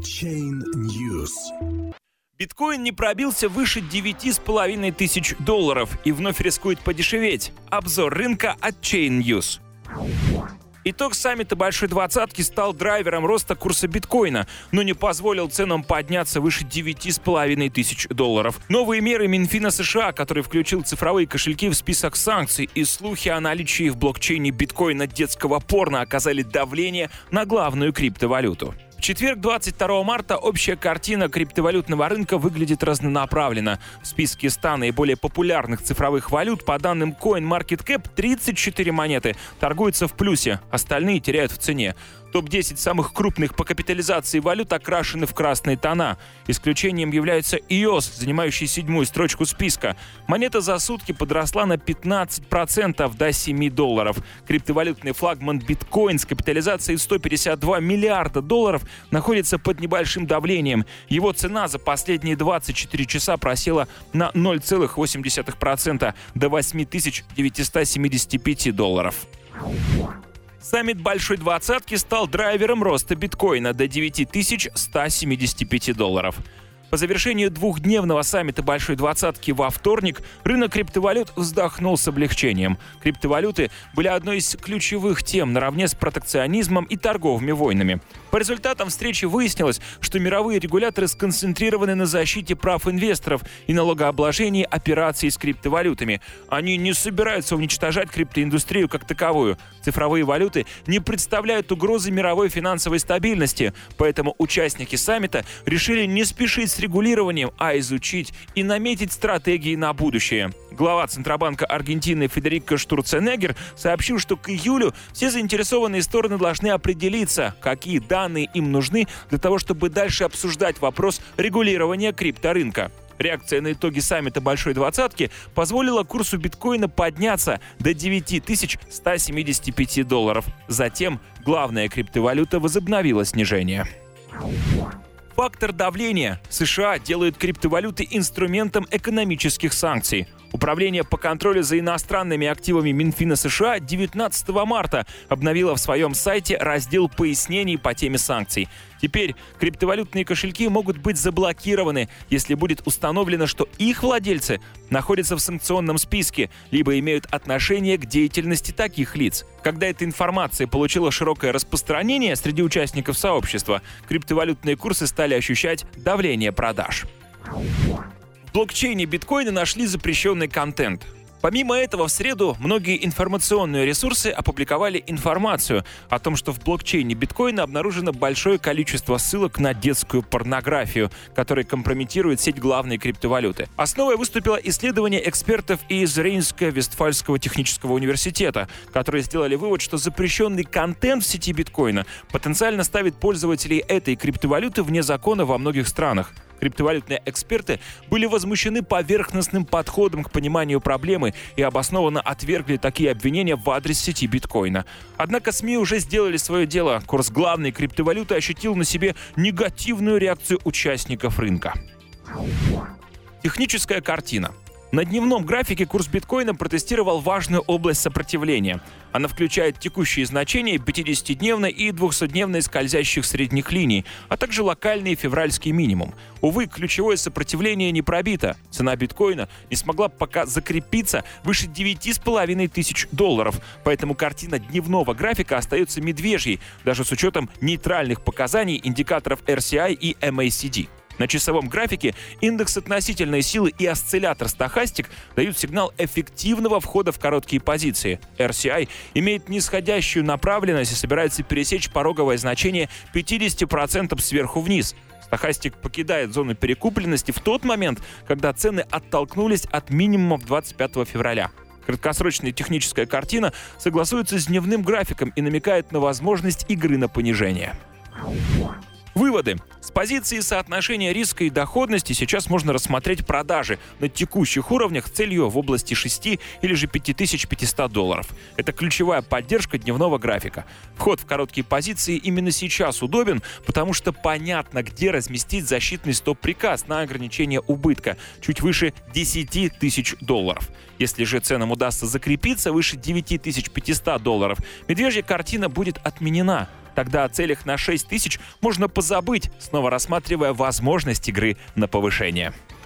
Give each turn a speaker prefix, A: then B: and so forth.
A: Chain News.
B: Биткоин не пробился выше 9,5 тысяч долларов и вновь рискует подешеветь. Обзор рынка от Chain News. Итог саммита Большой Двадцатки стал драйвером роста курса биткоина, но не позволил ценам подняться выше 9,5 тысяч долларов. Новые меры Минфина США, который включил цифровые кошельки в список санкций, и слухи о наличии в блокчейне биткоина детского порно оказали давление на главную криптовалюту. В четверг, 22 марта, общая картина криптовалютного рынка выглядит разнонаправленно. В списке 100 наиболее популярных цифровых валют, по данным CoinMarketCap, 34 монеты торгуются в плюсе, остальные теряют в цене. Топ-10 самых крупных по капитализации валют окрашены в красные тона. Исключением является EOS, занимающий 7-ю строчку списка. Монета за сутки подросла на 15% до $7. Криптовалютный флагман биткоин с капитализацией 152 миллиарда долларов находится под небольшим давлением. Его цена за последние 24 часа просела на 0,8% до $8975. Саммит Большой Двадцатки стал драйвером роста биткоина до $9175. По завершению двухдневного саммита Большой Двадцатки во вторник рынок криптовалют вздохнул с облегчением. Криптовалюты были одной из ключевых тем наравне с протекционизмом и торговыми войнами. По результатам встречи выяснилось, что мировые регуляторы сконцентрированы на защите прав инвесторов и налогообложении операций с криптовалютами. Они не собираются уничтожать криптоиндустрию как таковую. Цифровые валюты не представляют угрозы мировой финансовой стабильности, поэтому участники саммита решили не спешить с регулированием, а изучить и наметить стратегии на будущее. Глава Центробанка Аргентины Федерико Штурценеггер сообщил, что к июлю все заинтересованные стороны должны определиться, какие данные им нужны для того, чтобы дальше обсуждать вопрос регулирования крипторынка. Реакция на итоги саммита Большой Двадцатки позволила курсу биткоина подняться до $9175. Затем главная криптовалюта возобновила снижение. Фактор давления. США делают криптовалюты инструментом экономических санкций. Управление по контролю за иностранными активами Минфина США 19 марта обновило в своем сайте раздел пояснений по теме санкций. Теперь криптовалютные кошельки могут быть заблокированы, если будет установлено, что их владельцы находятся в санкционном списке, либо имеют отношение к деятельности таких лиц. Когда эта информация получила широкое распространение среди участников сообщества, криптовалютные курсы стали ощущать давление продаж. В блокчейне биткоина нашли запрещенный контент. Помимо этого, в среду многие информационные ресурсы опубликовали информацию о том, что в блокчейне биткоина обнаружено большое количество ссылок на детскую порнографию, которая компрометирует сеть главной криптовалюты. Основой выступило исследование экспертов из Рейнско-Вестфальского технического университета, которые сделали вывод, что запрещенный контент в сети биткоина потенциально ставит пользователей этой криптовалюты вне закона во многих странах. Криптовалютные эксперты были возмущены поверхностным подходом к пониманию проблемы и обоснованно отвергли такие обвинения в адрес сети биткоина. Однако СМИ уже сделали свое дело. Курс главной криптовалюты ощутил на себе негативную реакцию участников рынка. Техническая картина. На дневном графике курс биткоина протестировал важную область сопротивления. Она включает текущие значения 50-дневной и 200-дневной скользящих средних линий, а также локальный февральский минимум. Увы, ключевое сопротивление не пробито. Цена биткоина не смогла пока закрепиться выше $9500, поэтому картина дневного графика остается медвежьей, даже с учетом нейтральных показаний индикаторов RSI и MACD. На часовом графике индекс относительной силы и осциллятор стохастик дают сигнал эффективного входа в короткие позиции. RSI имеет нисходящую направленность и собирается пересечь пороговое значение 50% сверху вниз. Стохастик покидает зону перекупленности в тот момент, когда цены оттолкнулись от минимумов 25 февраля. Краткосрочная техническая картина согласуется с дневным графиком и намекает на возможность игры на понижение. Выводы. С позиции соотношения риска и доходности сейчас можно рассмотреть продажи на текущих уровнях с целью в области 6 или же $5500. Это ключевая поддержка дневного графика. Вход в короткие позиции именно сейчас удобен, потому что понятно, где разместить защитный стоп-приказ на ограничение убытка чуть выше $10 000. Если же ценам удастся закрепиться выше $9500, медвежья картина будет отменена. Тогда о целях на 6 тысяч можно позабыть, снова рассматривая возможность игры на повышение.